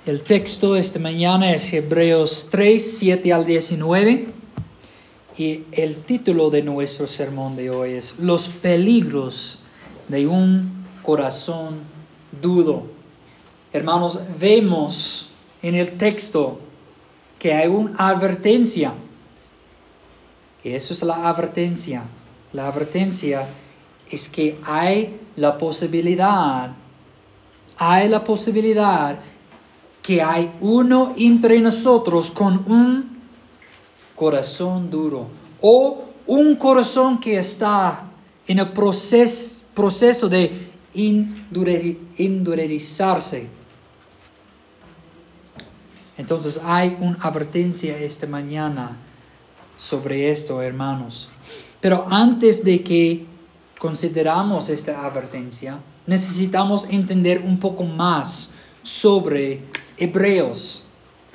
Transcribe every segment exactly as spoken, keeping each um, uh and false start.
El texto esta mañana es Hebreos tres, siete al diecinueve. Y el título de nuestro sermón de hoy es Los peligros de un corazón duro. Hermanos, vemos en el texto que hay una advertencia. Y eso es la advertencia. La advertencia es que hay la posibilidad, hay la posibilidad que hay uno entre nosotros con un corazón duro o un corazón que está en el proceso, proceso de endure, endurecerse. Entonces hay una advertencia esta mañana sobre esto, hermanos. Pero antes de que consideramos esta advertencia, necesitamos entender un poco más sobre Hebreos.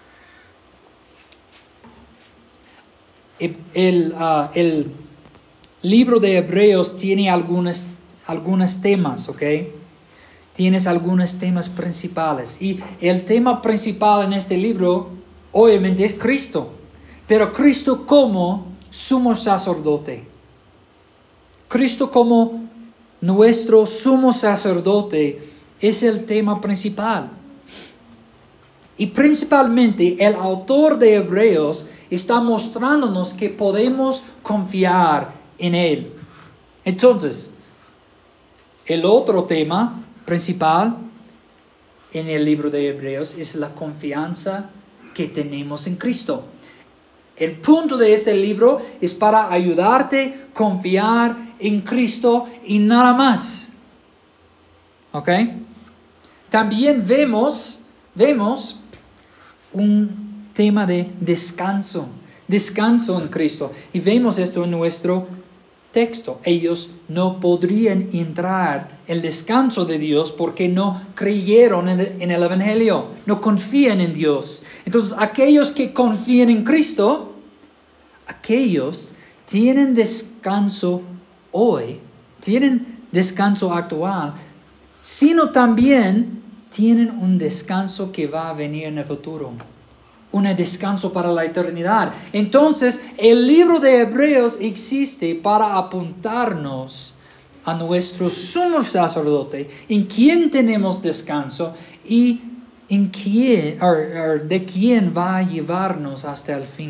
El, uh, el libro de Hebreos tiene algunos, algunos temas, ¿ok? Tienes algunos temas principales. Y el tema principal en este libro, obviamente, es Cristo. Pero Cristo como sumo sacerdote. Cristo como nuestro sumo sacerdote es el tema principal. Y principalmente el autor de Hebreos está mostrándonos que podemos confiar en Él. Entonces, el otro tema principal en el libro de Hebreos es la confianza que tenemos en Cristo. El punto de este libro es para ayudarte a confiar en Cristo y nada más. ¿Ok? También vemos, vemos un tema de descanso. Descanso en Cristo. Y vemos esto en nuestro texto. Ellos no podrían entrar en el descanso de Dios porque no creyeron en el, en el Evangelio. No confían en Dios. Entonces, aquellos que confían en Cristo, aquellos tienen descanso hoy, tienen descanso actual, sino también tienen un descanso que va a venir en el futuro. Un descanso para la eternidad. Entonces, el libro de Hebreos existe para apuntarnos a nuestro sumo sacerdote, en quien tenemos descanso y en quién, or, or de quién va a llevarnos hasta el fin.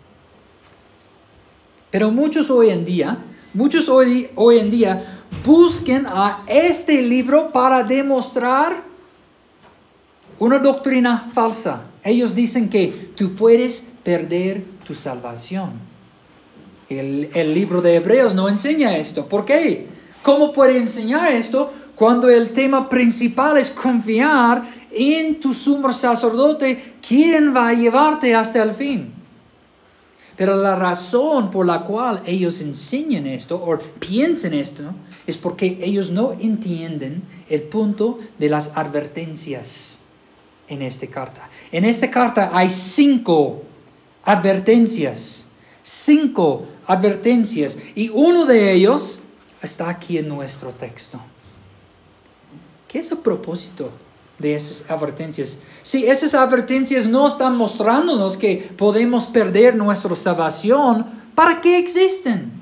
Pero muchos hoy en día, muchos hoy, hoy en día buscan a este libro para demostrar una doctrina falsa. Ellos dicen que tú puedes perder tu salvación. El, el libro de Hebreos no enseña esto. ¿Por qué? ¿Cómo puede enseñar esto cuando el tema principal es confiar en tu sumo sacerdote, quien va a llevarte hasta el fin? Pero la razón por la cual ellos enseñan esto o piensan esto es porque ellos no entienden el punto de las advertencias en esta carta. En esta carta hay cinco advertencias. Cinco advertencias. Y uno de ellos está aquí en nuestro texto. ¿Qué es el propósito de esas advertencias? Si esas advertencias no están mostrándonos que podemos perder nuestra salvación, ¿para qué existen?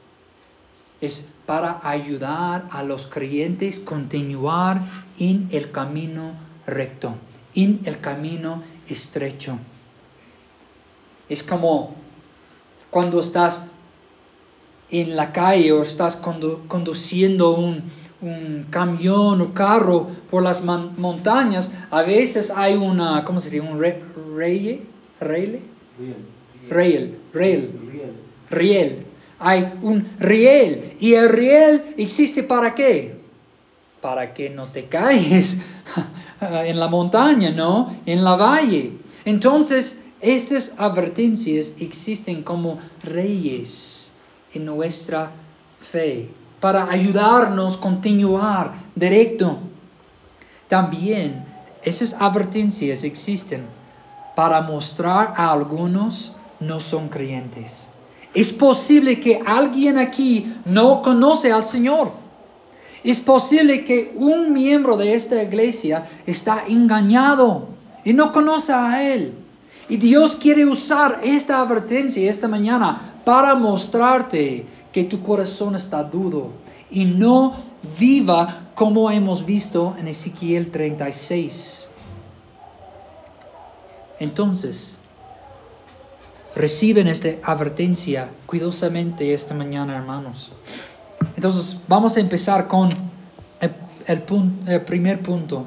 Es para ayudar a los creyentes a continuar en el camino recto, en el camino estrecho. Es como cuando estás en la calle o estás condu- conduciendo un, un camión o carro por las man- montañas. A veces hay una, ¿cómo se dice? Un re- rey, rail, rail, rail, riel. Hay un riel y el riel existe ¿para qué? Para que no te caigas en la montaña, ¿no? En la valle. Entonces, esas advertencias existen como reyes en nuestra fe, para ayudarnos a continuar directo. También esas advertencias existen para mostrar a algunos no son creyentes. Es posible que alguien aquí no conoce al Señor. Es posible que un miembro de esta iglesia está engañado, y no conoce a Él. Y Dios quiere usar esta advertencia esta mañana para mostrarte que tu corazón está duro y no viva como hemos visto en Ezequiel treinta y seis. Entonces, reciben esta advertencia cuidadosamente esta mañana, hermanos. Entonces, vamos a empezar con el, el, punto, el primer punto.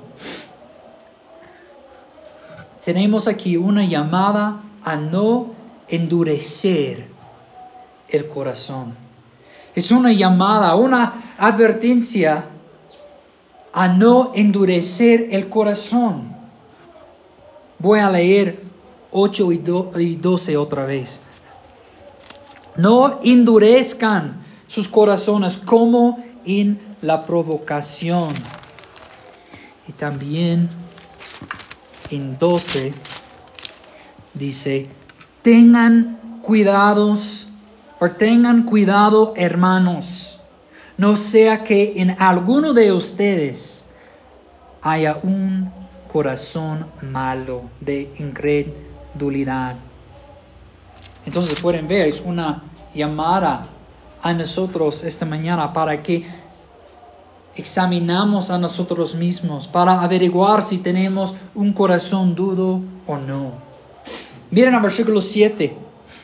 Tenemos aquí una llamada a no endurecer el corazón. Es una llamada, una advertencia a no endurecer el corazón. Voy a leer ocho y doce otra vez. No endurezcan sus corazones como en la provocación. Y también en doce dice, tengan cuidados, o tengan cuidado, hermanos, no sea que en alguno de ustedes haya un corazón malo de incredulidad. Entonces pueden ver, es una llamada a nosotros esta mañana para que examinamos a nosotros mismos, para averiguar si tenemos un corazón duro o no. Miren al versículo siete.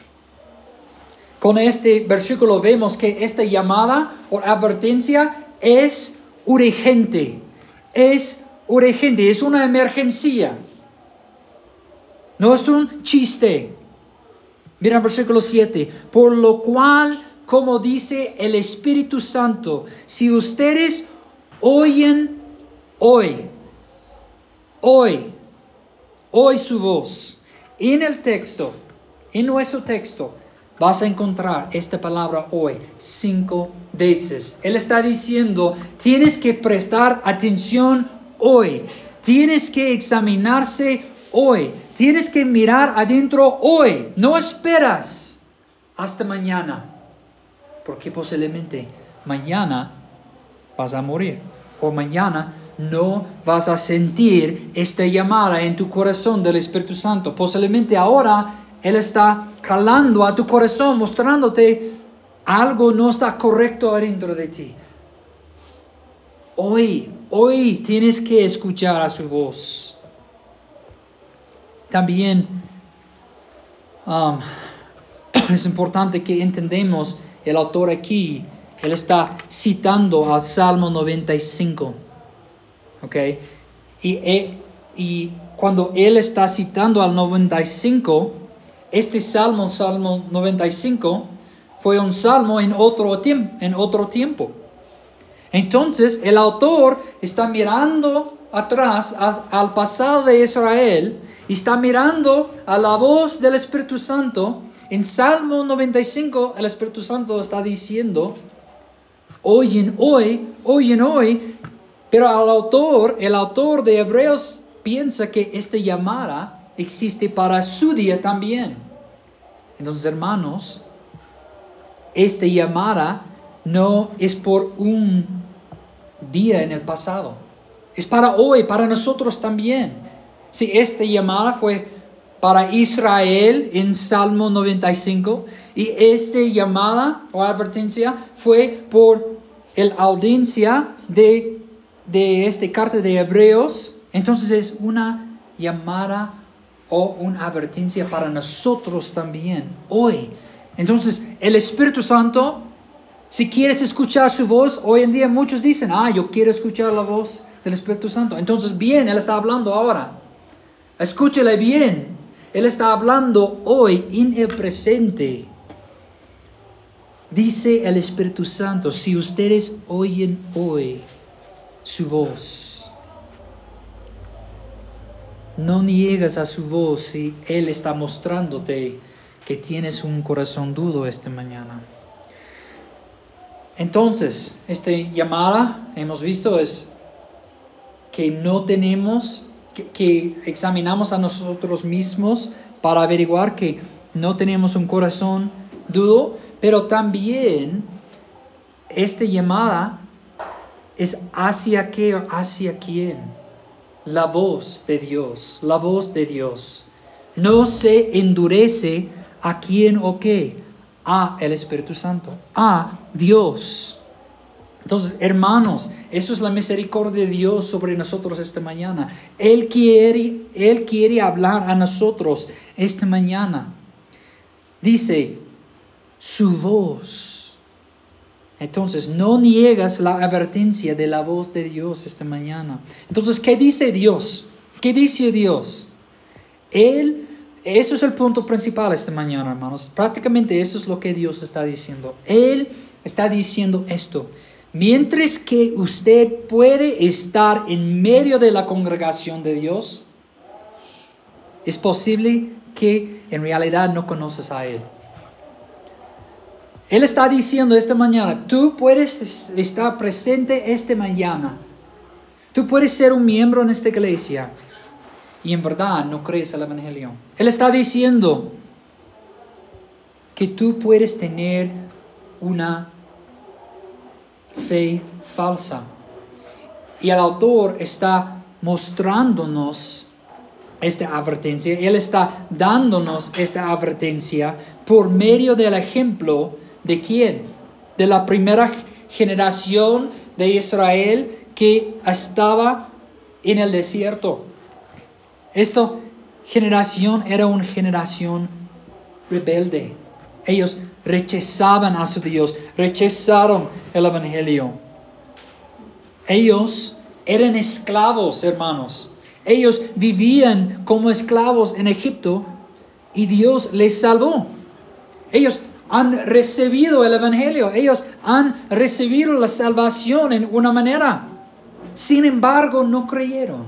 Con este versículo vemos que esta llamada o advertencia es urgente. Es urgente, es una emergencia. No es un chiste. Mira el versículo siete. Por lo cual, como dice el Espíritu Santo, si ustedes oyen hoy, hoy, hoy su voz, en el texto, en nuestro texto, vas a encontrar esta palabra hoy cinco veces. Él está diciendo, tienes que prestar atención hoy. Tienes que examinarse hoy. Tienes que mirar adentro hoy. No esperas hasta mañana. Porque posiblemente mañana vas a morir. O mañana no vas a sentir esta llamada en tu corazón del Espíritu Santo. Posiblemente ahora Él está calando a tu corazón, mostrándote algo no está correcto adentro de ti. Hoy, hoy tienes que escuchar a su voz. También um, es importante que entendamos el autor aquí. Él está citando al Salmo noventa y cinco. ¿Ok? Y, y cuando él está citando al noventa y cinco, este salmo, Salmo noventa y cinco, fue un salmo en otro, tiemp- en otro tiempo. Entonces, el autor está mirando atrás a, al pasado de Israel y está mirando a la voz del Espíritu Santo. En Salmo noventa y cinco, el Espíritu Santo está diciendo, oyen hoy, oyen hoy, pero el autor, el autor de Hebreos piensa que esta llamada existe para su día también. Entonces, hermanos, esta llamada no es por un día en el pasado. Es para hoy, para nosotros también. Si esta llamada fue para Israel en Salmo noventa y cinco, y esta llamada o advertencia fue por la audiencia de, de esta carta de Hebreos, entonces es una llamada o una advertencia para nosotros también, hoy. Entonces, el Espíritu Santo, si quieres escuchar su voz, hoy en día muchos dicen, ah, yo quiero escuchar la voz del Espíritu Santo. Entonces, bien, Él está hablando ahora. Escúchale bien. Él está hablando hoy en el presente. Dice el Espíritu Santo, si ustedes oyen hoy su voz, no niegas a su voz si Él está mostrándote que tienes un corazón duro esta mañana. Entonces, esta llamada, hemos visto, es que no tenemos, que, que examinamos a nosotros mismos para averiguar que no tenemos un corazón duro, pero también esta llamada es hacia qué o hacia quién. la voz de Dios, la voz de Dios. No se endurece a quién o qué, a el Espíritu Santo, a Dios. Entonces, hermanos, eso es la misericordia de Dios sobre nosotros esta mañana. Él quiere, Él quiere hablar a nosotros esta mañana. Dice, su voz. Entonces, no niegas la advertencia de la voz de Dios esta mañana. Entonces, ¿qué dice Dios? ¿Qué dice Dios? Él, eso es el punto principal esta mañana, hermanos. Prácticamente eso es lo que Dios está diciendo. Él está diciendo esto. Mientras que usted puede estar en medio de la congregación de Dios, es posible que en realidad no conoces a Él. Él está diciendo esta mañana, tú puedes estar presente esta mañana. Tú puedes ser un miembro en esta iglesia y en verdad no crees el Evangelio. Él está diciendo que tú puedes tener una fe falsa. Y el autor está mostrándonos esta advertencia. Él está dándonos esta advertencia por medio del ejemplo de quién? De la primera generación de Israel que estaba en el desierto. Esta generación era una generación rebelde. Ellos rechazaban a su Dios, rechazaron el Evangelio. Ellos eran esclavos, hermanos. Ellos vivían como esclavos en Egipto y Dios les salvó. Ellos han recibido el Evangelio. Ellos han recibido la salvación en una manera. Sin embargo, no creyeron.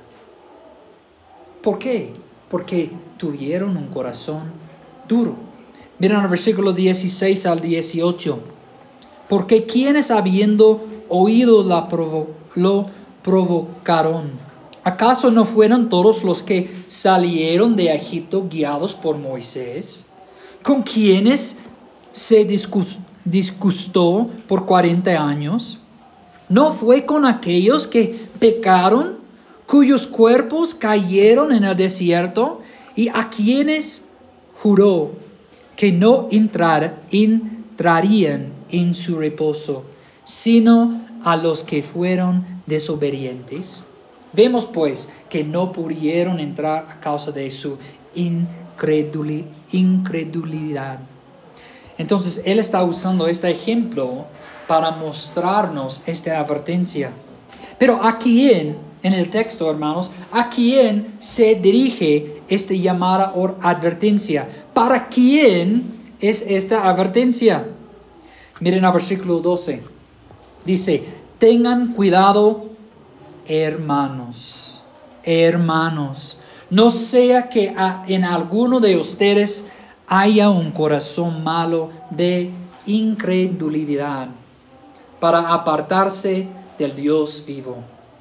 ¿Por qué? Porque tuvieron un corazón duro. Miren el versículo dieciséis al dieciocho. Porque quienes habiendo oído la provo- lo provocaron. ¿Acaso no fueron todos los que salieron de Egipto guiados por Moisés? ¿Con quienes se disgust- disgustó por cuarenta años? ¿No fue con aquellos que pecaron, cuyos cuerpos cayeron en el desierto, y a quienes juró que no entrar, entrarían en su reposo, sino a los que fueron desobedientes? Vemos pues que no pudieron entrar a causa de su increduli- incredulidad. Entonces, él está usando este ejemplo para mostrarnos esta advertencia. Pero ¿a quién, en el texto, hermanos, a quién se dirige esta llamada o advertencia? ¿Para quién es esta advertencia? Miren el versículo doce. Dice, tengan cuidado, hermanos, hermanos, no sea que en alguno de ustedes haya un corazón malo de incredulidad para apartarse del Dios vivo.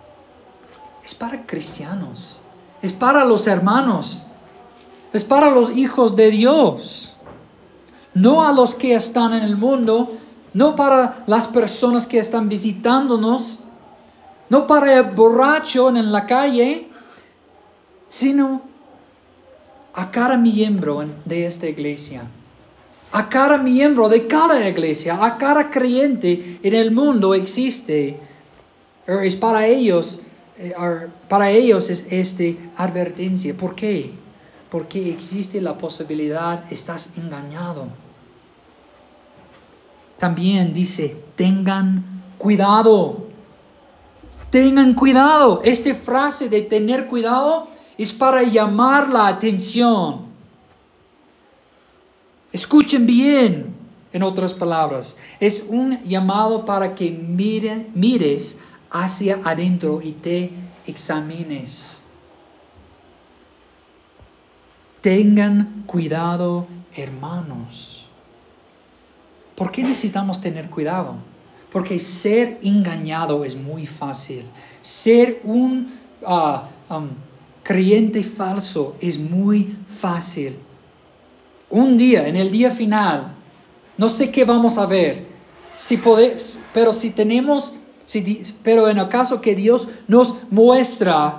Es para cristianos, es para los hermanos, es para los hijos de Dios, no a los que están en el mundo, no para las personas que están visitándonos, no para el borracho en la calle, sino a cada miembro de esta iglesia, a cada miembro de cada iglesia, a cada creyente en el mundo existe. Es para ellos, para ellos es esta advertencia. ¿Por qué? Porque existe la posibilidad, estás engañado. También dice, tengan cuidado. Tengan cuidado. Esta frase de tener cuidado es para llamar la atención. Escuchen bien, en otras palabras. Es un llamado para que mire, mires hacia adentro y te examines. Tengan cuidado, hermanos. ¿Por qué necesitamos tener cuidado? Porque ser engañado es muy fácil. Ser un uh, um, creyente falso es muy fácil. Un día, en el día final, no sé qué vamos a ver. Si podemos, pero si tenemos, si, pero en el caso que Dios nos muestra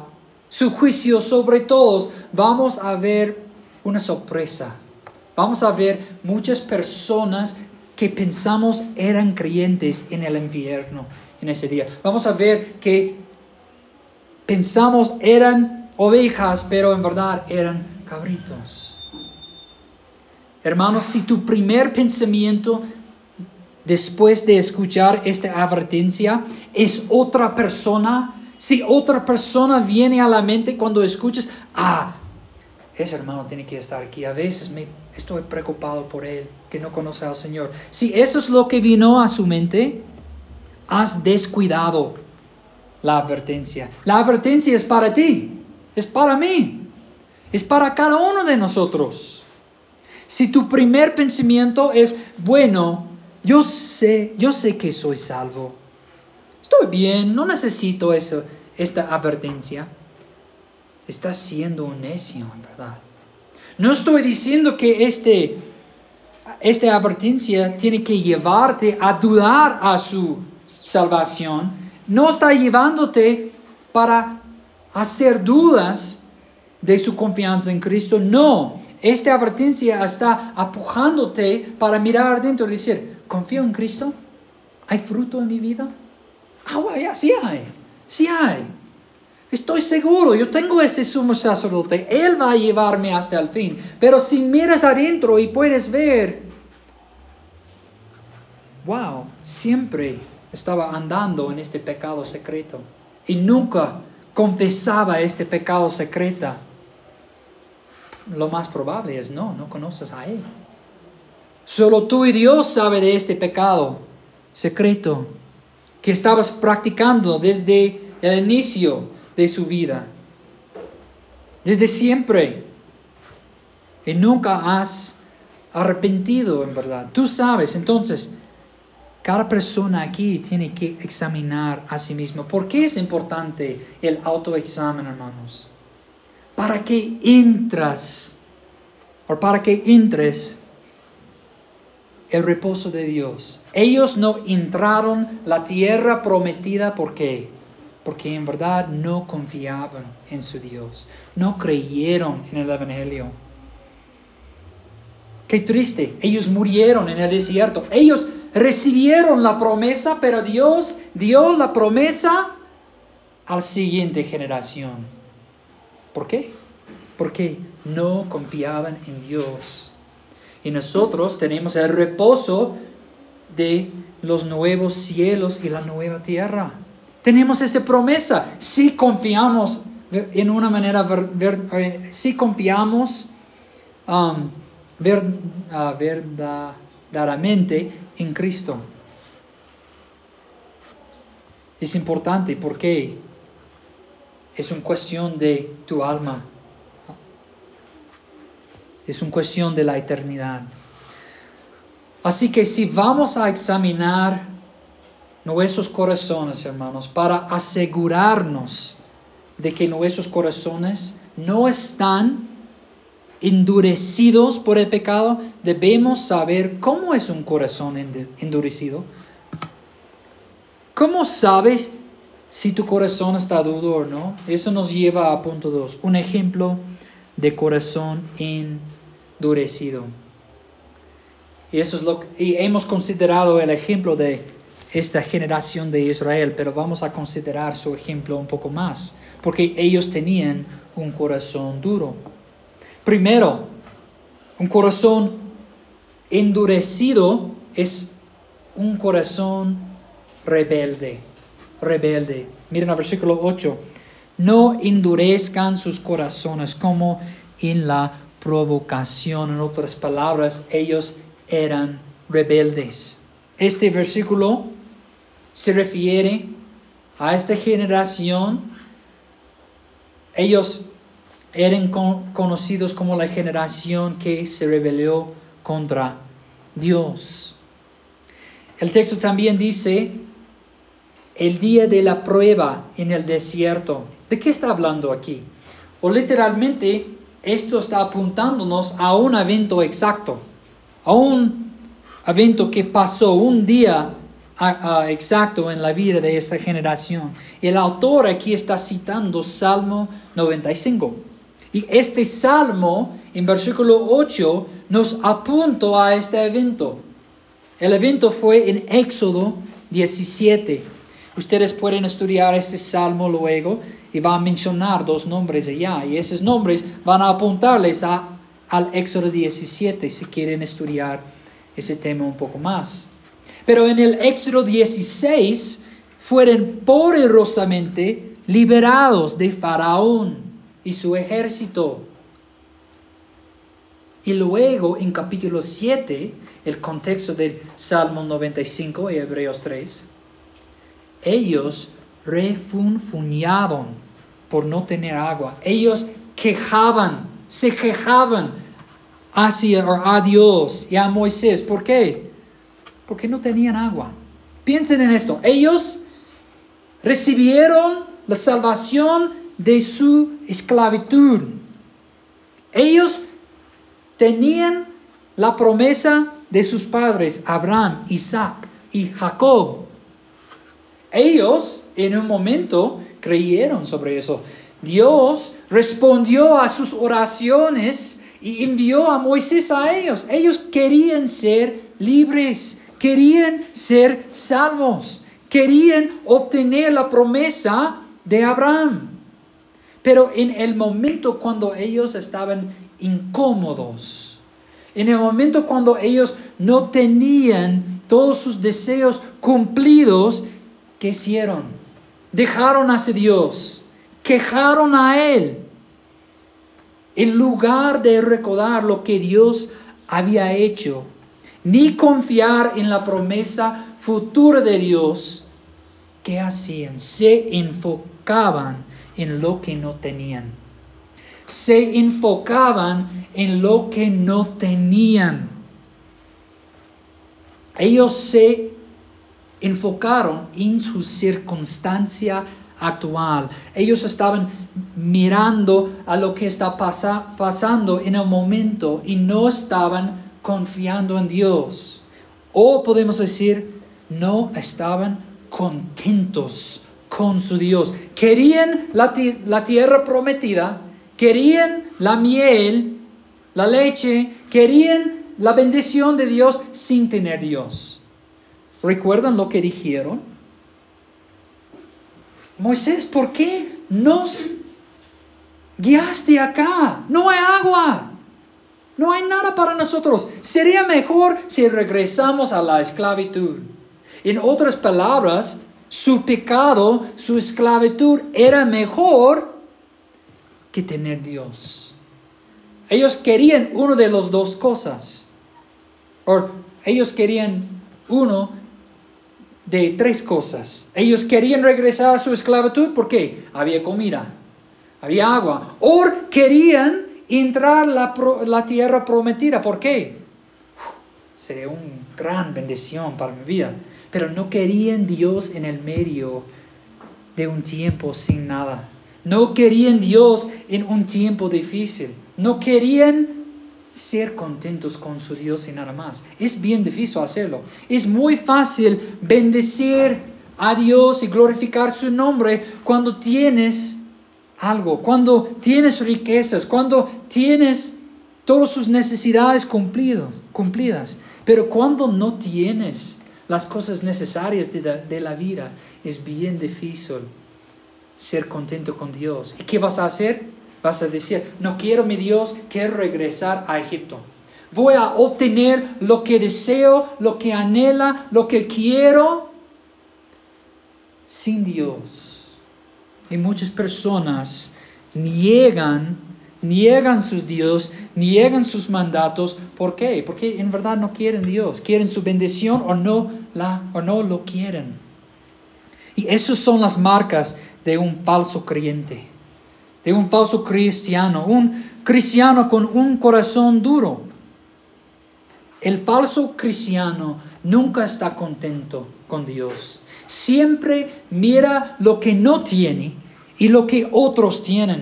su juicio sobre todos, vamos a ver una sorpresa. Vamos a ver muchas personas que pensamos eran creyentes en el infierno en ese día. Vamos a ver que pensamos eran ovejas, pero en verdad eran cabritos. Hermanos, si tu primer pensamiento después de escuchar esta advertencia es otra persona, si otra persona viene a la mente cuando escuchas, ah, ese hermano tiene que estar aquí, a veces me estoy preocupado por él, que no conoce al Señor. Si eso es lo que vino a su mente, has descuidado la advertencia. La advertencia es para ti, es para mí, es para cada uno de nosotros. Si tu primer pensamiento es, bueno, yo sé, yo sé que soy salvo, estoy bien, no necesito eso, esta advertencia, estás siendo un necio, en verdad. No estoy diciendo que este, esta advertencia tiene que llevarte a dudar a su salvación. No está llevándote para hacer dudas de su confianza en Cristo. No, esta advertencia está empujándote para mirar adentro y decir, ¿confío en Cristo? ¿Hay fruto en mi vida? Ah, vaya, sí hay, sí hay. Estoy seguro, yo tengo ese sumo sacerdote, Él va a llevarme hasta el fin. Pero si miras adentro y puedes ver, wow, siempre estaba andando en este pecado secreto y nunca confesaba este pecado secreto. Lo más probable es no, no conoces a Él. Solo tú y Dios saben de este pecado secreto que estabas practicando desde el inicio de su vida, desde siempre, y nunca has arrepentido en verdad. Tú sabes, entonces, cada persona aquí tiene que examinar a sí mismo. ¿Por qué es importante el autoexamen, hermanos? Para que entras, o para que entres el reposo de Dios. Ellos no entraron la tierra prometida, ¿por qué? Porque en verdad no confiaban en su Dios. No creyeron en el Evangelio. Qué triste. Ellos murieron en el desierto. Ellos recibieron la promesa, pero Dios dio la promesa a la siguiente generación. ¿Por qué? Porque no confiaban en Dios. Y nosotros tenemos el reposo de los nuevos cielos y la nueva tierra. Tenemos esa promesa. Si confiamos en una manera, ver, ver, si confiamos um, ver, uh, verdaderamente en Cristo. Es importante porque es una cuestión de tu alma. Es una cuestión de la eternidad. Así que si vamos a examinar nuestros corazones, hermanos, para asegurarnos de que nuestros corazones no están endurecidos por el pecado, debemos saber cómo es un corazón endurecido. ¿Cómo sabes si tu corazón está duro o no? Eso nos lleva a punto dos, un ejemplo de corazón endurecido. Y eso es lo que, y hemos considerado el ejemplo de esta generación de Israel, pero vamos a considerar su ejemplo un poco más, porque ellos tenían un corazón duro. Primero, un corazón endurecido es un corazón rebelde. Rebelde. Miren el versículo ocho. No endurezcan sus corazones como en la provocación. En otras palabras, ellos eran rebeldes. Este versículo se refiere a esta generación. Ellos eran con, conocidos como la generación que se rebeló contra Dios. El texto también dice el día de la prueba en el desierto. ¿De qué está hablando aquí? O literalmente esto está apuntándonos a un evento exacto, a un evento que pasó un día uh, exacto en la vida de esta generación. El autor aquí está citando Salmo noventa y cinco. Y este salmo, en versículo ocho, nos apunta a este evento. El evento fue en Éxodo diecisiete. Ustedes pueden estudiar este salmo luego y va a mencionar dos nombres allá. Y esos nombres van a apuntarles a, al Éxodo diecisiete si quieren estudiar ese tema un poco más. Pero en el Éxodo dieciséis fueron poderosamente liberados de Faraón y su ejército. Y luego en capítulo siete, el contexto del Salmo noventa y cinco y Hebreos tres, ellos refunfuñaron por no tener agua. Ellos quejaban, se quejaban hacia a Dios y a Moisés. ¿Por qué? Porque no tenían agua. Piensen en esto. Ellos recibieron la salvación de su esclavitud. Ellos tenían la promesa de sus padres, Abraham, Isaac y Jacob. Ellos en un momento creyeron sobre eso. Dios respondió a sus oraciones y envió a Moisés a ellos. Ellos querían ser libres, querían ser salvos, querían obtener la promesa de Abraham. Pero en el momento cuando ellos estaban incómodos, en el momento cuando ellos no tenían todos sus deseos cumplidos, ¿qué hicieron? Dejaron hacia Dios, quejaron a Él, en lugar de recordar lo que Dios había hecho, ni confiar en la promesa futura de Dios. ¿Qué hacían? Se enfocaban en lo que no tenían. Se enfocaban en lo que no tenían. Ellos se enfocaron en su circunstancia actual. Ellos estaban mirando a lo que está pasa, pasando en el momento y no estaban confiando en Dios. O podemos decir, no estaban contentos con su Dios. Querían la, la tierra prometida, querían la miel, la leche, querían la bendición de Dios sin tener Dios. ¿Recuerdan lo que dijeron? Moisés, ¿por qué nos guiaste acá? No hay agua. No hay nada para nosotros. Sería mejor si regresamos a la esclavitud. En otras palabras, su pecado, su esclavitud era mejor que tener Dios. Ellos querían una de las dos cosas. O ellos querían uno de tres cosas. Ellos querían regresar a su esclavitud porque había comida, había agua. O querían entrar a la, la tierra prometida. ¿Por qué? Uf, sería una gran bendición para mi vida. Pero no querían Dios en el medio de un tiempo sin nada. No querían Dios en un tiempo difícil. No querían ser contentos con su Dios y nada más. Es bien difícil hacerlo. Es muy fácil bendecir a Dios y glorificar su nombre cuando tienes algo, cuando tienes riquezas, cuando tienes todas sus necesidades cumplidos, cumplidas. Pero cuando no tienes las cosas necesarias de la, de la vida, es bien difícil ser contento con Dios. ¿Y qué vas a hacer? Vas a decir, no quiero mi Dios, quiero regresar a Egipto. Voy a obtener lo que deseo, lo que anhela, lo que quiero sin Dios. Y muchas personas niegan, niegan sus Dios, niegan sus mandatos. ¿Por qué? Porque en verdad no quieren Dios. Quieren su bendición o no, la, o no lo quieren. Y esas son las marcas de un falso creyente. De un falso cristiano, un cristiano con un corazón duro. El falso cristiano nunca está contento con Dios. Siempre mira lo que no tiene y lo que otros tienen.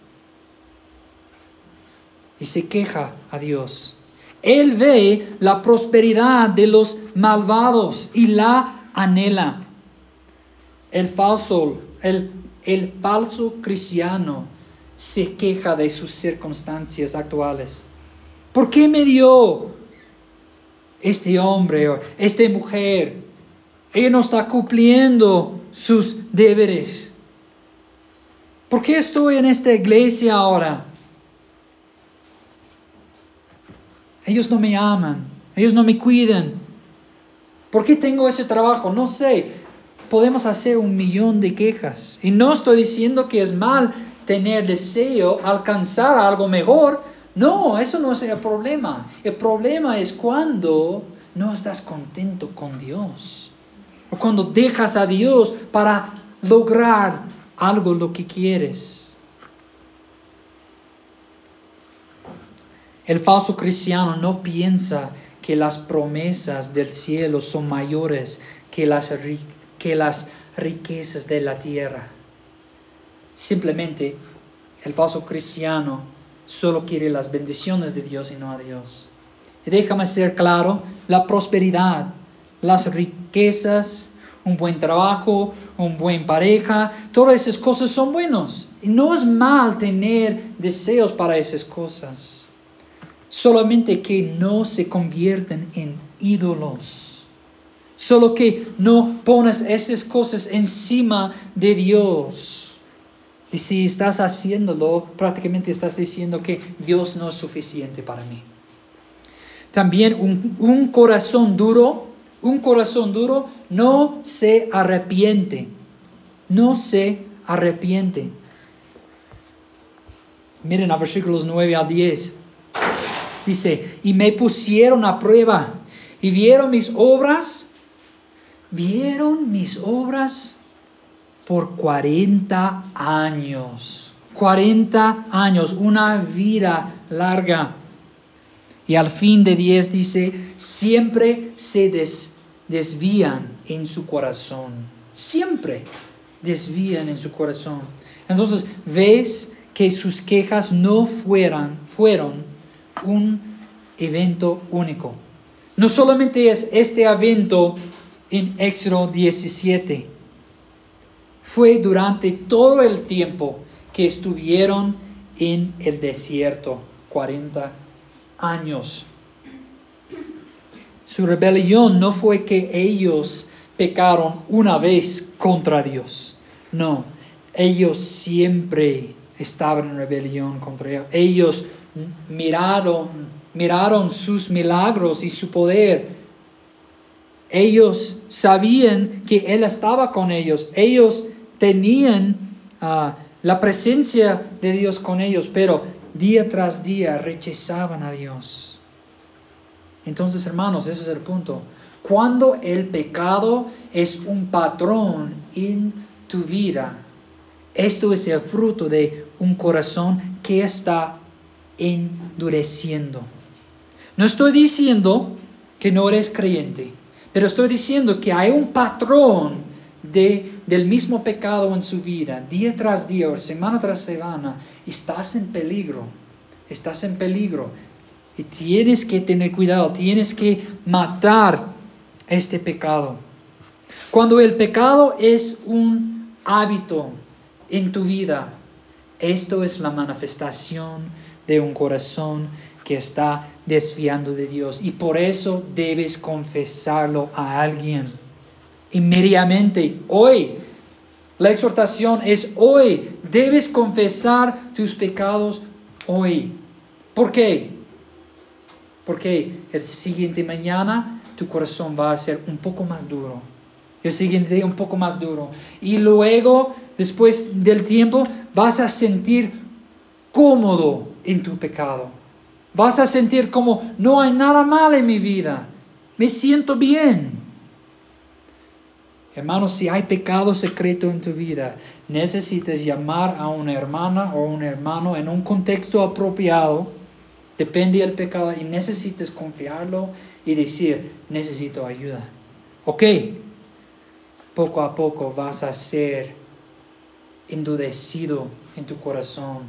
Y se queja a Dios. Él ve la prosperidad de los malvados y la anhela. El falso, el, el falso cristiano se queja de sus circunstancias actuales. ¿Por qué me dio este hombre o esta mujer? Ella no está cumpliendo sus deberes. ¿Por qué estoy en esta iglesia ahora? Ellos no me aman, ellos no me cuidan. ¿Por qué tengo ese trabajo? No sé. Podemos hacer un millón de quejas. Y no estoy diciendo que es mal tener deseo, alcanzar algo mejor. No, eso no es el problema. El problema es cuando no estás contento con Dios. O cuando dejas a Dios para lograr algo lo que quieres. El falso cristiano no piensa que las promesas del cielo son mayores que las, que las riquezas de la tierra. Simplemente el falso cristiano solo quiere las bendiciones de Dios y no a Dios. Y déjame ser claro, la prosperidad, las riquezas, un buen trabajo, un buen pareja, todas esas cosas son buenos. Y no es mal tener deseos para esas cosas. Solamente que no se convierten en ídolos. Solo que no pones esas cosas encima de Dios. Y si estás haciéndolo, prácticamente estás diciendo que Dios no es suficiente para mí. También un, un corazón duro, un corazón duro no se arrepiente. No se arrepiente. Miren a versículos nueve al diez. Dice, y me pusieron a prueba y vieron mis obras, vieron mis obras por cuarenta años. cuarenta años, una vida larga. Y al fin de diez dice, siempre se des, desvían en su corazón. Siempre desvían en su corazón. Entonces, ves que sus quejas no fueran, fueron un evento único. No solamente es este evento en Éxodo diecisiete. Fue durante todo el tiempo que estuvieron en el desierto, cuarenta años. Su rebelión no fue que ellos pecaron una vez contra Dios. No, ellos siempre estaban en rebelión contra Dios. Ellos miraron, miraron sus milagros y su poder. Ellos sabían que Él estaba con ellos. Ellos tenían uh, la presencia de Dios con ellos, pero día tras día rechazaban a Dios. Entonces, hermanos, ese es el punto. Cuando el pecado es un patrón en tu vida, esto es el fruto de un corazón que está endureciendo. No estoy diciendo que no eres creyente, pero estoy diciendo que hay un patrón de, del mismo pecado en su vida, día tras día o semana tras semana. Estás en peligro, estás en peligro y tienes que tener cuidado, tienes que matar este pecado. Cuando el pecado es un hábito en tu vida, esto es la manifestación de un corazón que está desviando de Dios. Y por eso debes confesarlo a alguien inmediatamente. Hoy, la exhortación es hoy. Debes confesar tus pecados hoy. ¿Por qué? Porque el siguiente mañana tu corazón va a ser un poco más duro. El siguiente día un poco más duro. Y luego, después del tiempo, vas a sentir cómodo en tu pecado. Vas a sentir como no hay nada mal en mi vida. Me siento bien. Hermanos, si hay pecado secreto en tu vida, necesitas llamar a una hermana o un hermano en un contexto apropiado. Depende del pecado y necesitas confiarlo y decir, necesito ayuda. Ok, poco a poco vas a ser endurecido en tu corazón.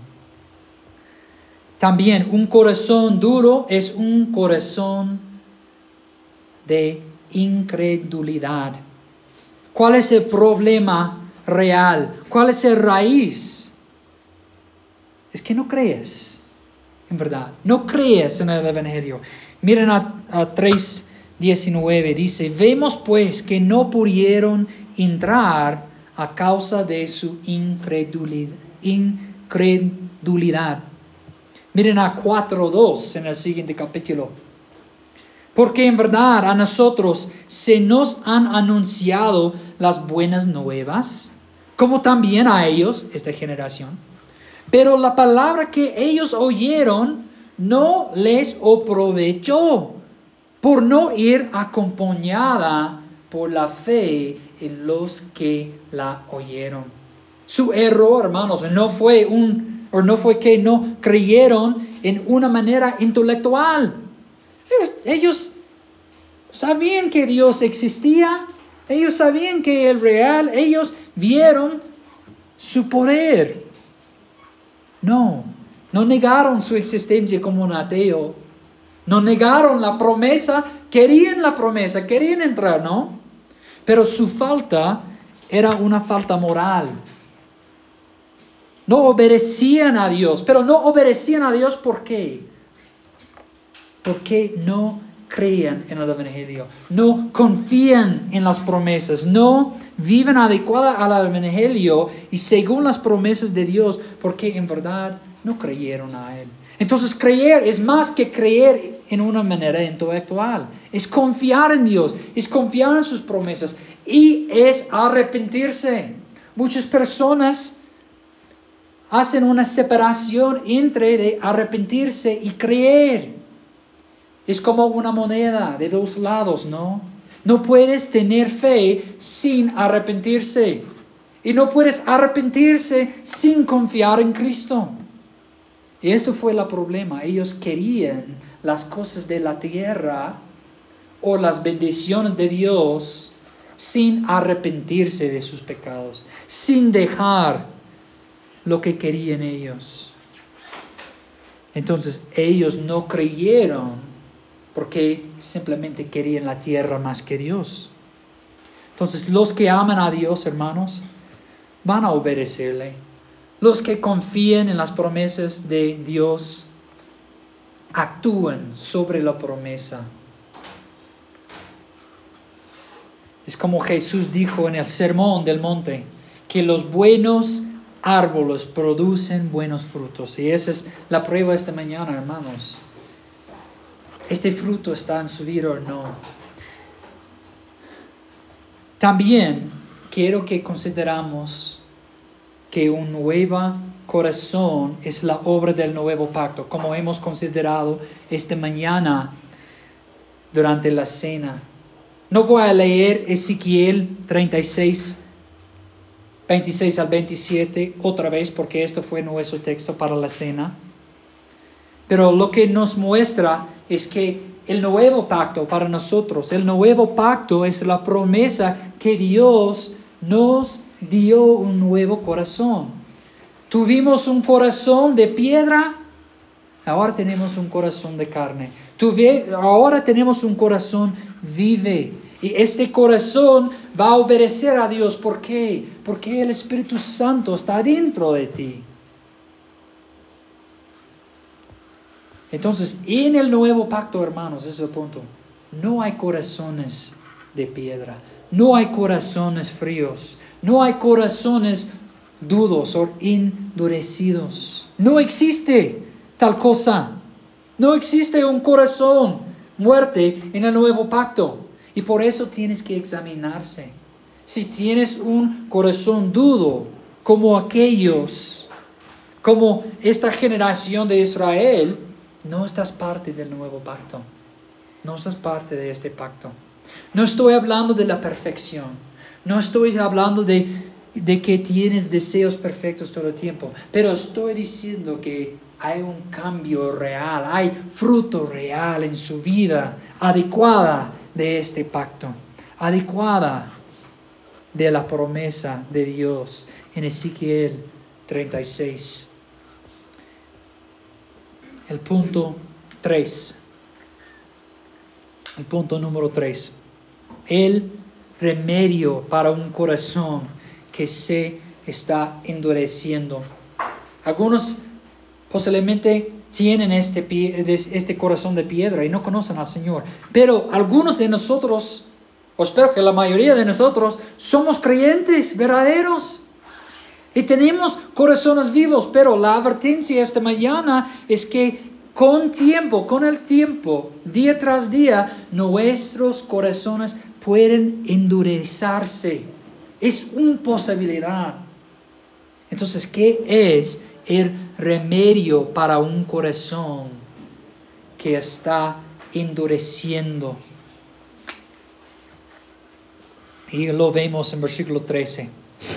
También un corazón duro es un corazón de incredulidad. ¿Cuál es el problema real? ¿Cuál es el raíz? Es que no crees, en verdad. No crees en el Evangelio. Miren a, a tres diecinueve, dice, vemos pues que no pudieron entrar a causa de su incredulidad. incredulidad. Miren a cuatro dos en el siguiente capítulo. Porque en verdad a nosotros se nos han anunciado las buenas nuevas, como también a ellos, esta generación. Pero la palabra que ellos oyeron no les aprovechó, por no ir acompañada por la fe en los que la oyeron. Su error, hermanos, no fue un, o no fue que no creyeron en una manera intelectual. Ellos, ellos sabían que Dios existía, ellos sabían que el real, ellos vieron su poder. No, no negaron su existencia como un ateo. No negaron la promesa, querían la promesa, querían entrar, ¿no? Pero su falta era una falta moral. No obedecían a Dios, pero no obedecían a Dios ¿por qué? Porque no creían en el Evangelio, no confían en las promesas, no viven adecuada al Evangelio y según las promesas de Dios, porque en verdad no creyeron a Él. Entonces creer es más que creer en una manera intelectual, es confiar en Dios, es confiar en sus promesas y es arrepentirse. Muchas personas hacen una separación entre de arrepentirse y creer. Es como una moneda de dos lados, ¿no? No puedes tener fe sin arrepentirse. Y no puedes arrepentirse sin confiar en Cristo. Y eso fue el problema. Ellos querían las cosas de la tierra o las bendiciones de Dios sin arrepentirse de sus pecados, sin dejar lo que querían ellos. Entonces ellos no creyeron porque simplemente querían la tierra más que Dios. Entonces los que aman a Dios, hermanos, van a obedecerle. Los que confían en las promesas de Dios actúan sobre la promesa. Es como Jesús dijo en el Sermón del Monte, que los buenos árboles producen buenos frutos. Y esa es la prueba esta mañana, hermanos. ¿Este fruto está en su vida o no? También quiero que consideramos que un nuevo corazón es la obra del nuevo pacto, como hemos considerado esta mañana durante la cena. No voy a leer Ezequiel treinta y seis, veintiséis al veintisiete otra vez, porque esto fue nuestro texto para la cena. Pero lo que nos muestra es que el nuevo pacto para nosotros, el nuevo pacto es la promesa que Dios nos dio un nuevo corazón. Tuvimos un corazón de piedra, ahora tenemos un corazón de carne. Tuve, ahora tenemos un corazón vive. Y este corazón va a obedecer a Dios. ¿Por qué? Porque el Espíritu Santo está dentro de ti. Entonces, en el nuevo pacto, hermanos, ese es el punto. No hay corazones de piedra. No hay corazones fríos. No hay corazones duros o endurecidos. No existe tal cosa. No existe un corazón muerte en el nuevo pacto. Y por eso tienes que examinarse. Si tienes un corazón duro, como aquellos, como esta generación de Israel, no estás parte del nuevo pacto. No estás parte de este pacto. No estoy hablando de la perfección. No estoy hablando de, de que tienes deseos perfectos todo el tiempo. Pero estoy diciendo que hay un cambio real. Hay fruto real en su vida adecuada de este pacto. Adecuada de la promesa de Dios en Ezequiel treinta y seis. El punto tres. El punto número tres. El remedio para un corazón que se está endureciendo. Algunos posiblemente tienen este, pie, este corazón de piedra y no conocen al Señor. Pero algunos de nosotros, o espero que la mayoría de nosotros, somos creyentes verdaderos. Y tenemos corazones vivos, pero la advertencia esta mañana es que con tiempo, con el tiempo, día tras día, nuestros corazones pueden endurecerse. Es una posibilidad. Entonces, ¿qué es el remedio para un corazón que está endureciendo? Y lo vemos en versículo trece.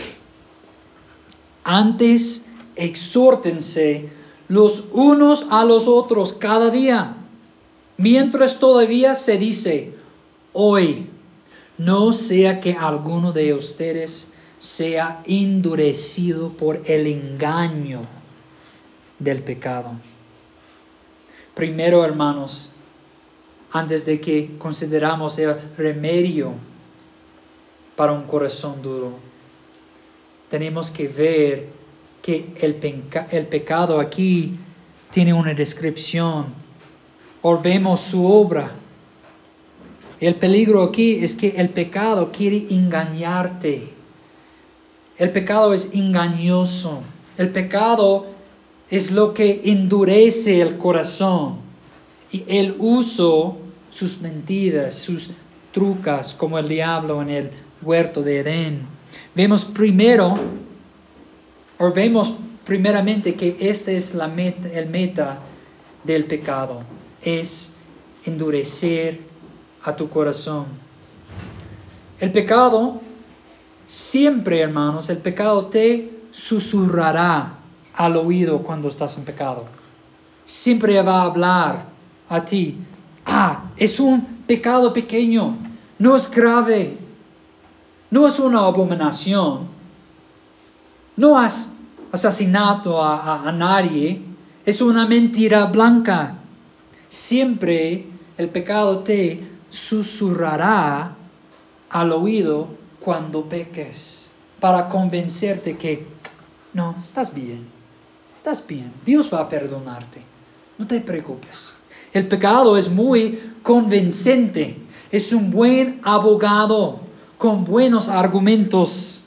Antes, exhórtense los unos a los otros cada día, mientras todavía se dice, hoy, no sea que alguno de ustedes sea endurecido por el engaño del pecado. Primero, hermanos, antes de que consideramos el remedio para un corazón duro, tenemos que ver que el, peca- el pecado aquí tiene una descripción. O vemos su obra. El peligro aquí es que el pecado quiere engañarte. El pecado es engañoso. El pecado es lo que endurece el corazón. Y él usa sus mentiras, sus trucas, como el diablo en el huerto de Edén. Vemos primero, o vemos primeramente que esta es la meta, el meta del pecado. Es endurecer a tu corazón. El pecado, siempre, hermanos, el pecado te susurrará al oído cuando estás en pecado. Siempre va a hablar a ti. Ah, es un pecado pequeño, no es grave, no es una abominación, no has asesinado a, a, a nadie, es una mentira blanca. Siempre el pecado te susurrará al oído cuando peques, para convencerte que no, estás bien, estás bien, Dios va a perdonarte, no te preocupes. El pecado es muy convincente, es un buen abogado con buenos argumentos.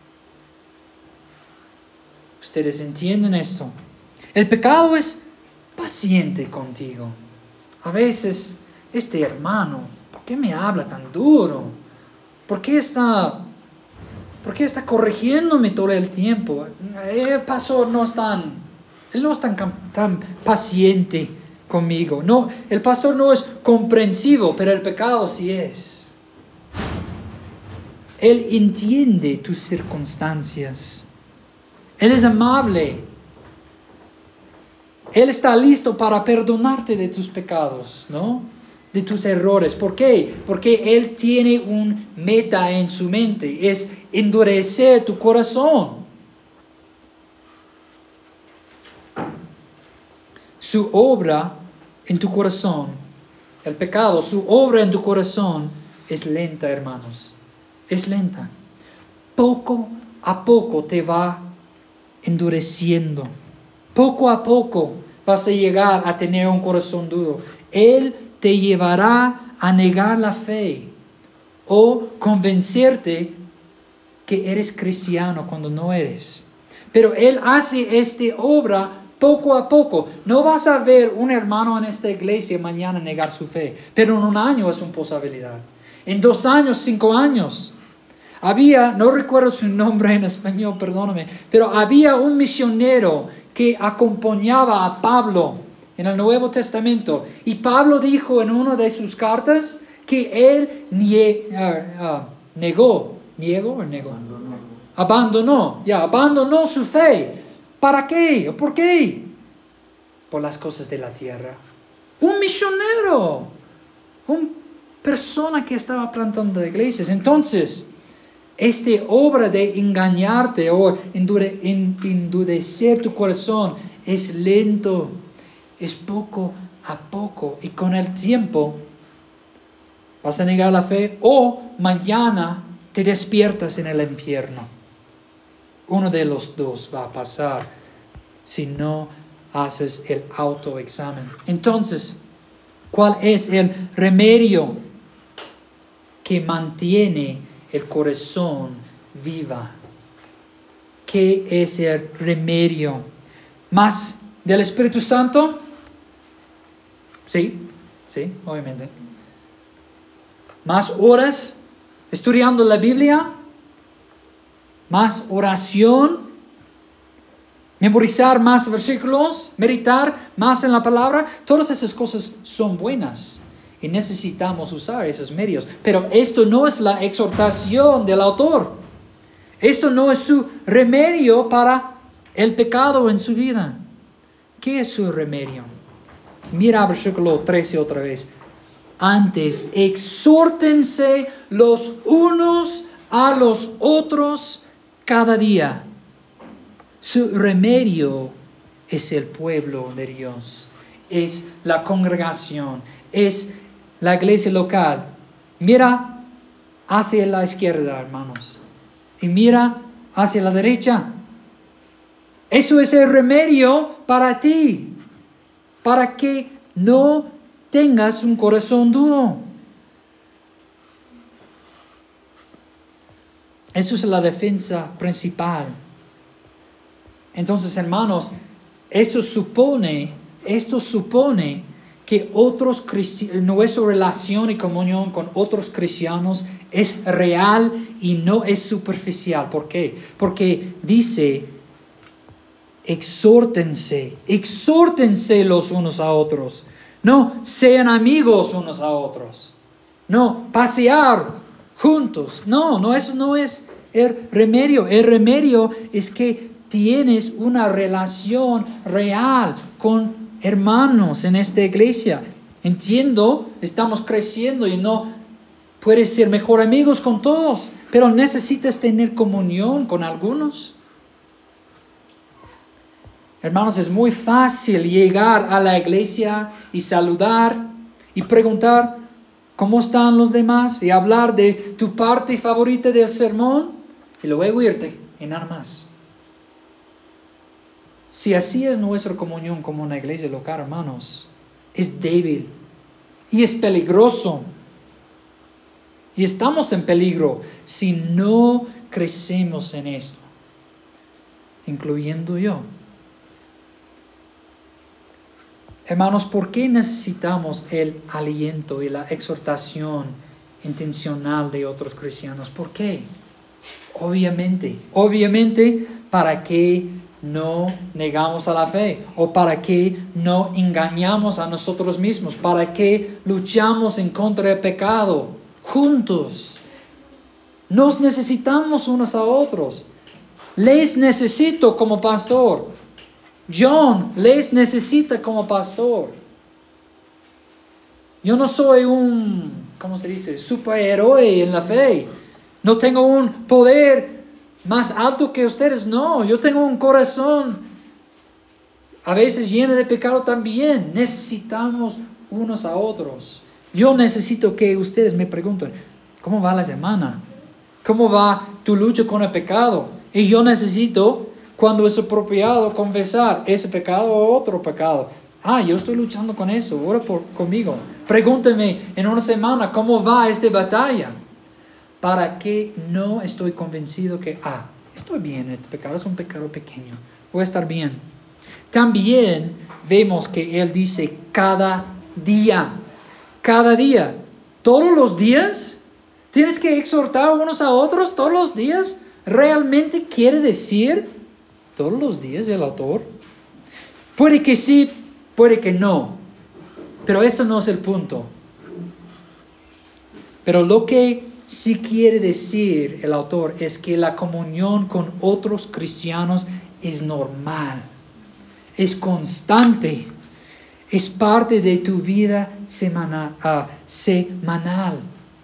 ¿Ustedes entienden esto? El pecado es paciente contigo. A veces, este hermano, ¿por qué me habla tan duro? ¿Por qué está, por qué está corrigiéndome todo el tiempo? El pastor no es tan, él no es tan, tan paciente conmigo. No, el pastor no es comprensivo, pero el pecado sí es. Él entiende tus circunstancias. Él es amable. Él está listo para perdonarte de tus pecados, ¿no? De tus errores. ¿Por qué? Porque Él tiene un meta en su mente. Es endurecer tu corazón. Su obra en tu corazón, el pecado, su obra en tu corazón es lenta, hermanos. Es lenta. Poco a poco te va endureciendo. Poco a poco vas a llegar a tener un corazón duro. Él te llevará a negar la fe o convencerte que eres cristiano cuando no eres. Pero Él hace esta obra poco a poco. No vas a ver un hermano en esta iglesia mañana negar su fe, pero en un año es una posibilidad. En dos años, cinco años. Había, no recuerdo su nombre en español, perdóname, pero había un misionero que acompañaba a Pablo en el Nuevo Testamento. Y Pablo dijo en una de sus cartas que él nie, uh, uh, negó, ¿niego o negó? Abandonó. Abandonó, ya, abandonó su fe. ¿Para qué? ¿Por qué? Por las cosas de la tierra. Un misionero, una persona que estaba plantando iglesias. Entonces, esta obra de engañarte o endure, endurecer tu corazón es lento, es poco a poco. Y con el tiempo vas a negar la fe o mañana te despiertas en el infierno. Uno de los dos va a pasar si no haces el autoexamen. Entonces, ¿cuál es el remedio que mantiene el corazón viva? ¿Qué es el remedio? ¿Más del Espíritu Santo? Sí, sí, obviamente. ¿Más horas estudiando la Biblia? ¿Más oración? ¿Memorizar más versículos? ¿Meditar más en la palabra? Todas esas cosas son buenas y necesitamos usar esos medios. Pero esto no es la exhortación del autor. Esto no es su remedio para el pecado en su vida. ¿Qué es su remedio? Mira versículo trece otra vez. Antes, exhórtense los unos a los otros cada día. Su remedio es el pueblo de Dios, es la congregación, es la iglesia local. Mira hacia la izquierda, hermanos, y mira hacia la derecha. Eso es el remedio para ti, para que no tengas un corazón duro. Eso es la defensa principal. Entonces, hermanos, eso supone, esto supone que otros nuestra relación y comunión con otros cristianos es real y no es superficial. ¿Por qué? Porque dice, exhórtense, exhórtense los unos a otros. No sean amigos unos a otros. No pasear juntos. No, no, eso no es el remedio. El remedio es que tienes una relación real con hermanos en esta iglesia. Entiendo, estamos creciendo y no puedes ser mejor amigos con todos, pero necesitas tener comunión con algunos. Hermanos, es muy fácil llegar a la iglesia y saludar y preguntar cómo están los demás y hablar de tu parte favorita del sermón y luego irte y nada más. Si así es nuestra comunión como una iglesia local, hermanos, es débil y es peligroso. Y estamos en peligro si no crecemos en esto, incluyendo yo. Hermanos, ¿por qué necesitamos el aliento y la exhortación intencional de otros cristianos? ¿Por qué? Obviamente, obviamente para que no negamos a la fe, o para que no engañamos a nosotros mismos, para que luchamos en contra del pecado juntos. Nos necesitamos unos a otros. Les necesito como pastor. John les necesita como pastor. Yo no soy un, ¿cómo se dice?, superhéroe en la fe. No tengo un poder más alto que ustedes. No, yo tengo un corazón a veces lleno de pecado también. Necesitamos unos a otros. Yo necesito que ustedes me pregunten, ¿cómo va la semana? ¿Cómo va tu lucha con el pecado? Y yo necesito, cuando es apropiado, confesar ese pecado o otro pecado. Ah, yo estoy luchando con eso, ora por, conmigo. Pregúntame en una semana cómo va esta batalla. Para que no estoy convencido que, ah, estoy bien, este pecado es un pecado pequeño, voy a estar bien. También vemos que Él dice cada día, cada día, todos los días, tienes que exhortar unos a otros todos los días. ¿Realmente quiere decir todos los días el autor? Puede que sí, puede que no, pero eso no es el punto. Pero lo que sí quiere decir el autor es que la comunión con otros cristianos es normal, es constante, es parte de tu vida semana, uh, semanal.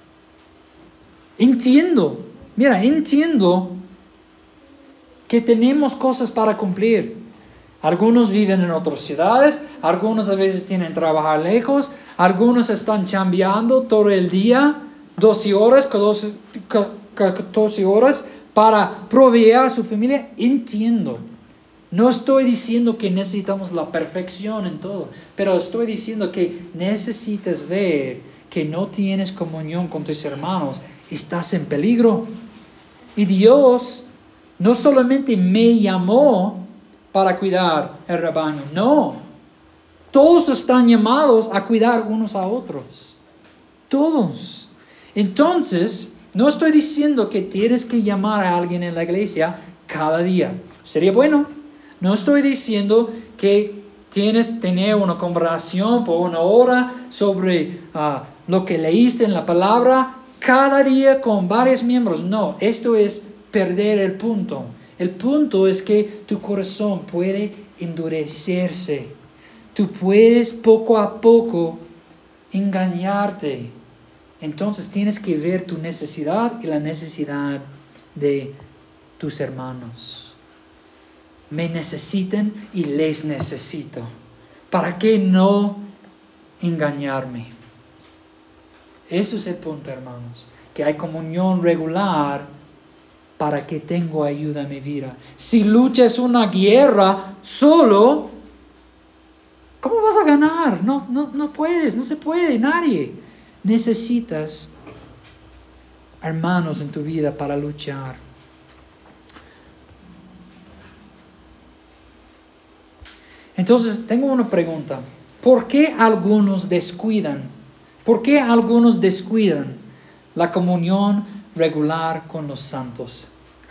Entiendo, mira, entiendo que tenemos cosas para cumplir. Algunos viven en otras ciudades, algunos a veces tienen que trabajar lejos, algunos están chambeando todo el día, doce horas, catorce horas para proveer a su familia. Entiendo. No estoy diciendo que necesitamos la perfección en todo, pero estoy diciendo que necesitas ver que no tienes comunión con tus hermanos, estás en peligro. Y Dios no solamente me llamó para cuidar el rebaño, no. Todos están llamados a cuidar unos a otros. Todos. Entonces, no estoy diciendo que tienes que llamar a alguien en la iglesia cada día. Sería bueno. No estoy diciendo que tienes que tener una conversación por una hora sobre uh, lo que leíste en la palabra cada día con varios miembros. No, esto es perder el punto. El punto es que tu corazón puede endurecerse. Tú puedes poco a poco engañarte. Entonces tienes que ver tu necesidad y la necesidad de tus hermanos. Me necesitan y les necesito. ¿Para qué no engañarme? Eso es el punto, hermanos. Que hay comunión regular para que tenga ayuda en mi vida. Si luchas una guerra solo, ¿cómo vas a ganar? No, no, no puedes, no se puede, nadie. Necesitas hermanos en tu vida para luchar. Entonces, tengo una pregunta. ¿Por qué algunos descuidan? ¿Por qué algunos descuidan la comunión regular con los santos?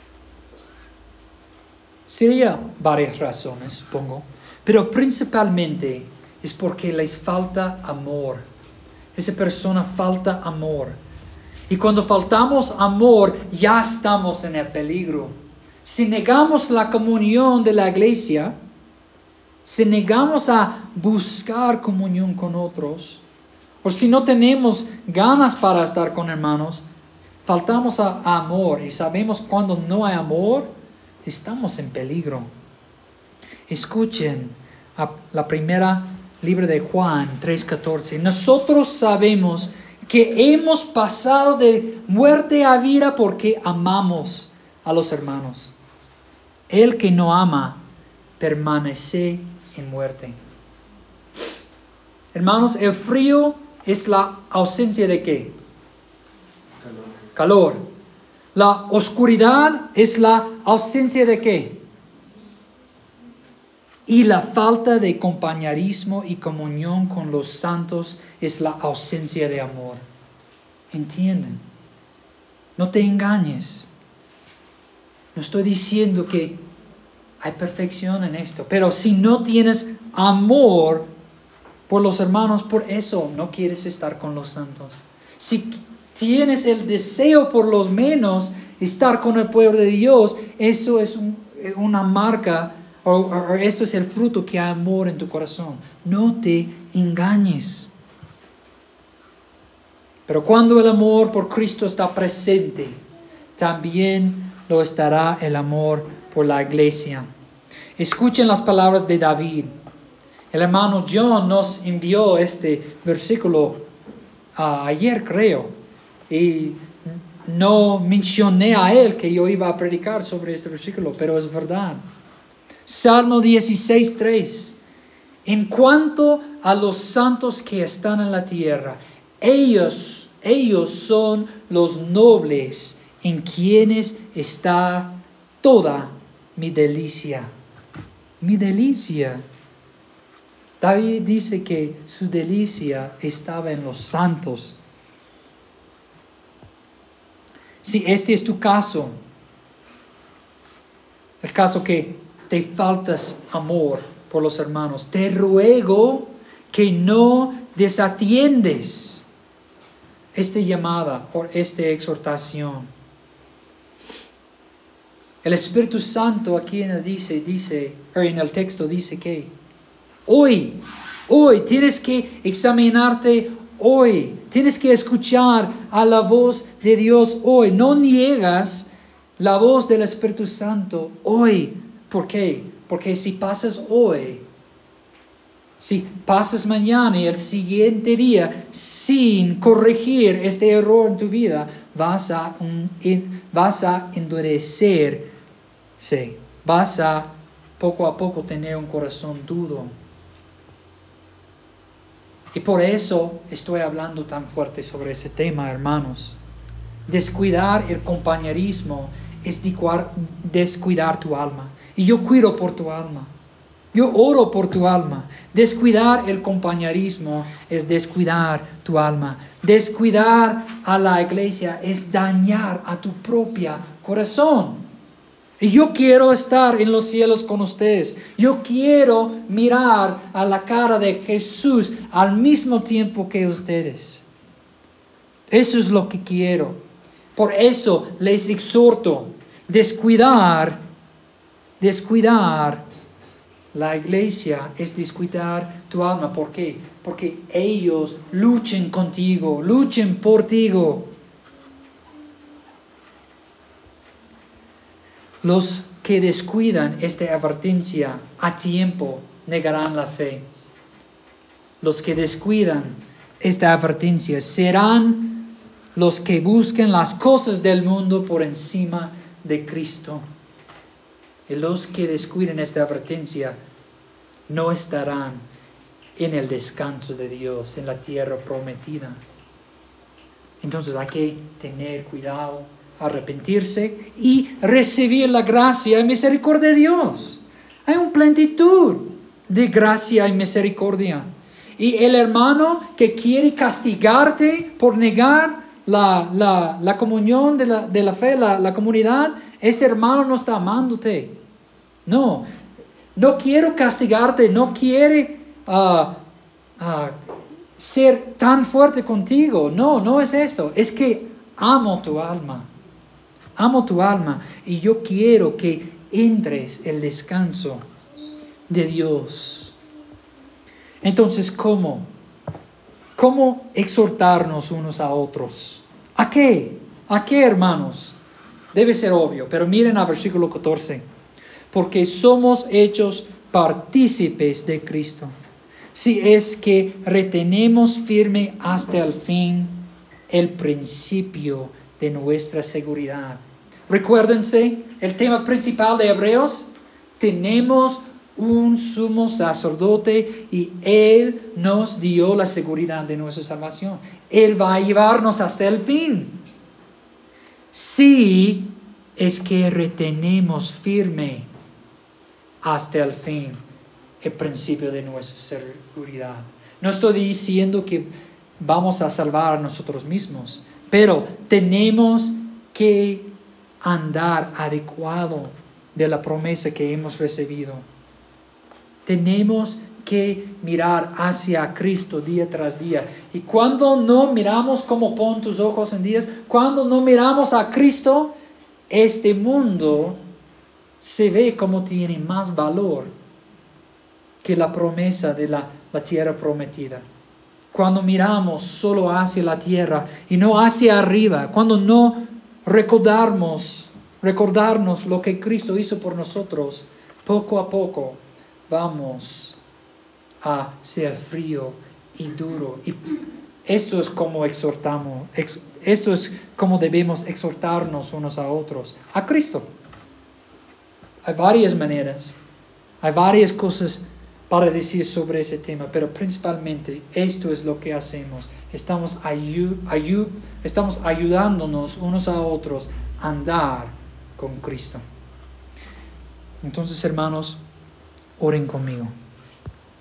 Sería varias razones, supongo. Pero principalmente es porque les falta amor. Esa persona falta amor. Y cuando faltamos amor, ya estamos en el peligro. Si negamos la comunión de la iglesia, si negamos a buscar comunión con otros, o si no tenemos ganas para estar con hermanos, faltamos a, a amor. Y sabemos cuando no hay amor, estamos en peligro. Escuchen a la primera libro de Juan tres catorce. Nosotros sabemos que hemos pasado de muerte a vida porque amamos a los hermanos. El que no ama permanece en muerte. Hermanos, el frío es la ausencia de ¿qué? Calor. Calor. La oscuridad es la ausencia de ¿qué? Y la falta de compañerismo y comunión con los santos es la ausencia de amor. ¿Entienden? No te engañes. No estoy diciendo que hay perfección en esto, pero si no tienes amor por los hermanos, por eso no quieres estar con los santos. Si tienes el deseo por lo menos estar con el pueblo de Dios, eso es un, una marca, o, o esto es el fruto que hay amor en tu corazón. No te engañes. Pero cuando el amor por Cristo está presente, también lo estará el amor por la iglesia. Escuchen las palabras de David. El hermano John nos envió este versículo uh, ayer, creo. Y no mencioné a él que yo iba a predicar sobre este versículo, pero es verdad. Salmo dieciséis tres. En cuanto a los santos que están en la tierra, ellos, ellos son los nobles en quienes está toda mi delicia. Mi delicia. David dice que su delicia estaba en los santos. Si este es tu caso, el caso que te faltas amor por los hermanos, te ruego que no desatiendes esta llamada o esta exhortación. El Espíritu Santo aquí en el, dice, dice, o en el texto dice que hoy, hoy tienes que examinarte hoy. Tienes que escuchar a la voz de Dios hoy. No niegas la voz del Espíritu Santo hoy. ¿Por qué? Porque si pasas hoy Si pasas mañana y el siguiente día sin corregir este error en tu vida, vas a, un, in, vas a endurecerse. Vas a poco a poco tener un corazón duro. Y por eso estoy hablando tan fuerte sobre ese tema, hermanos. Descuidar el compañerismo es descuidar tu alma. Y yo cuido por tu alma. Yo oro por tu alma. Descuidar el compañerismo es descuidar tu alma. Descuidar a la iglesia es dañar a tu propio corazón. Y yo quiero estar en los cielos con ustedes. Yo quiero mirar a la cara de Jesús al mismo tiempo que ustedes. Eso es lo que quiero. Por eso les exhorto, descuidar, descuidar la iglesia es descuidar tu alma. ¿Por qué? Porque ellos luchen contigo, luchen por ti. Los que descuidan esta advertencia a tiempo negarán la fe. Los que descuidan esta advertencia serán los que busquen las cosas del mundo por encima de Cristo. Y los que descuiden esta advertencia no estarán en el descanso de Dios, en la tierra prometida. Entonces hay que tener cuidado, arrepentirse y recibir la gracia y misericordia de Dios. Hay una plenitud de gracia y misericordia. Y el hermano que quiere castigarte por negar la, la, la comunión de la, de la fe, la, la comunidad, este hermano no está amándote. No, no quiero castigarte, no quiere uh, uh, ser tan fuerte contigo. No, no es esto. Es que amo tu alma. Amo tu alma y yo quiero que entres el descanso de Dios. Entonces, ¿cómo? ¿Cómo exhortarnos unos a otros? ¿A qué? ¿A qué, hermanos? Debe ser obvio, pero miren al versículo catorce. Porque somos hechos partícipes de Cristo, si es que retenemos firme hasta el fin el principio de nuestra seguridad. Recuérdense, el tema principal de Hebreos, tenemos un sumo sacerdote y Él nos dio la seguridad de nuestra salvación. Él va a llevarnos hasta el fin. Si es que retenemos firme hasta el fin el principio de nuestra seguridad. No estoy diciendo que vamos a salvar a nosotros mismos, pero tenemos que andar adecuado de la promesa que hemos recibido. Tenemos que mirar hacia Cristo día tras día. Y cuando no miramos como pon tus ojos en días, cuando no miramos a Cristo, este mundo se ve como tiene más valor que la promesa de la, la tierra prometida. Cuando miramos solo hacia la tierra y no hacia arriba, cuando no recordamos, recordarnos lo que Cristo hizo por nosotros, poco a poco vamos a ser frío y duro. Y esto es como exhortamos, ex, esto es como debemos exhortarnos unos a otros, a Cristo. Hay varias maneras, hay varias cosas para decir sobre ese tema, pero principalmente esto es lo que hacemos. Estamos, ayu, ayu, estamos ayudándonos unos a otros a andar con Cristo. Entonces, hermanos, oren conmigo.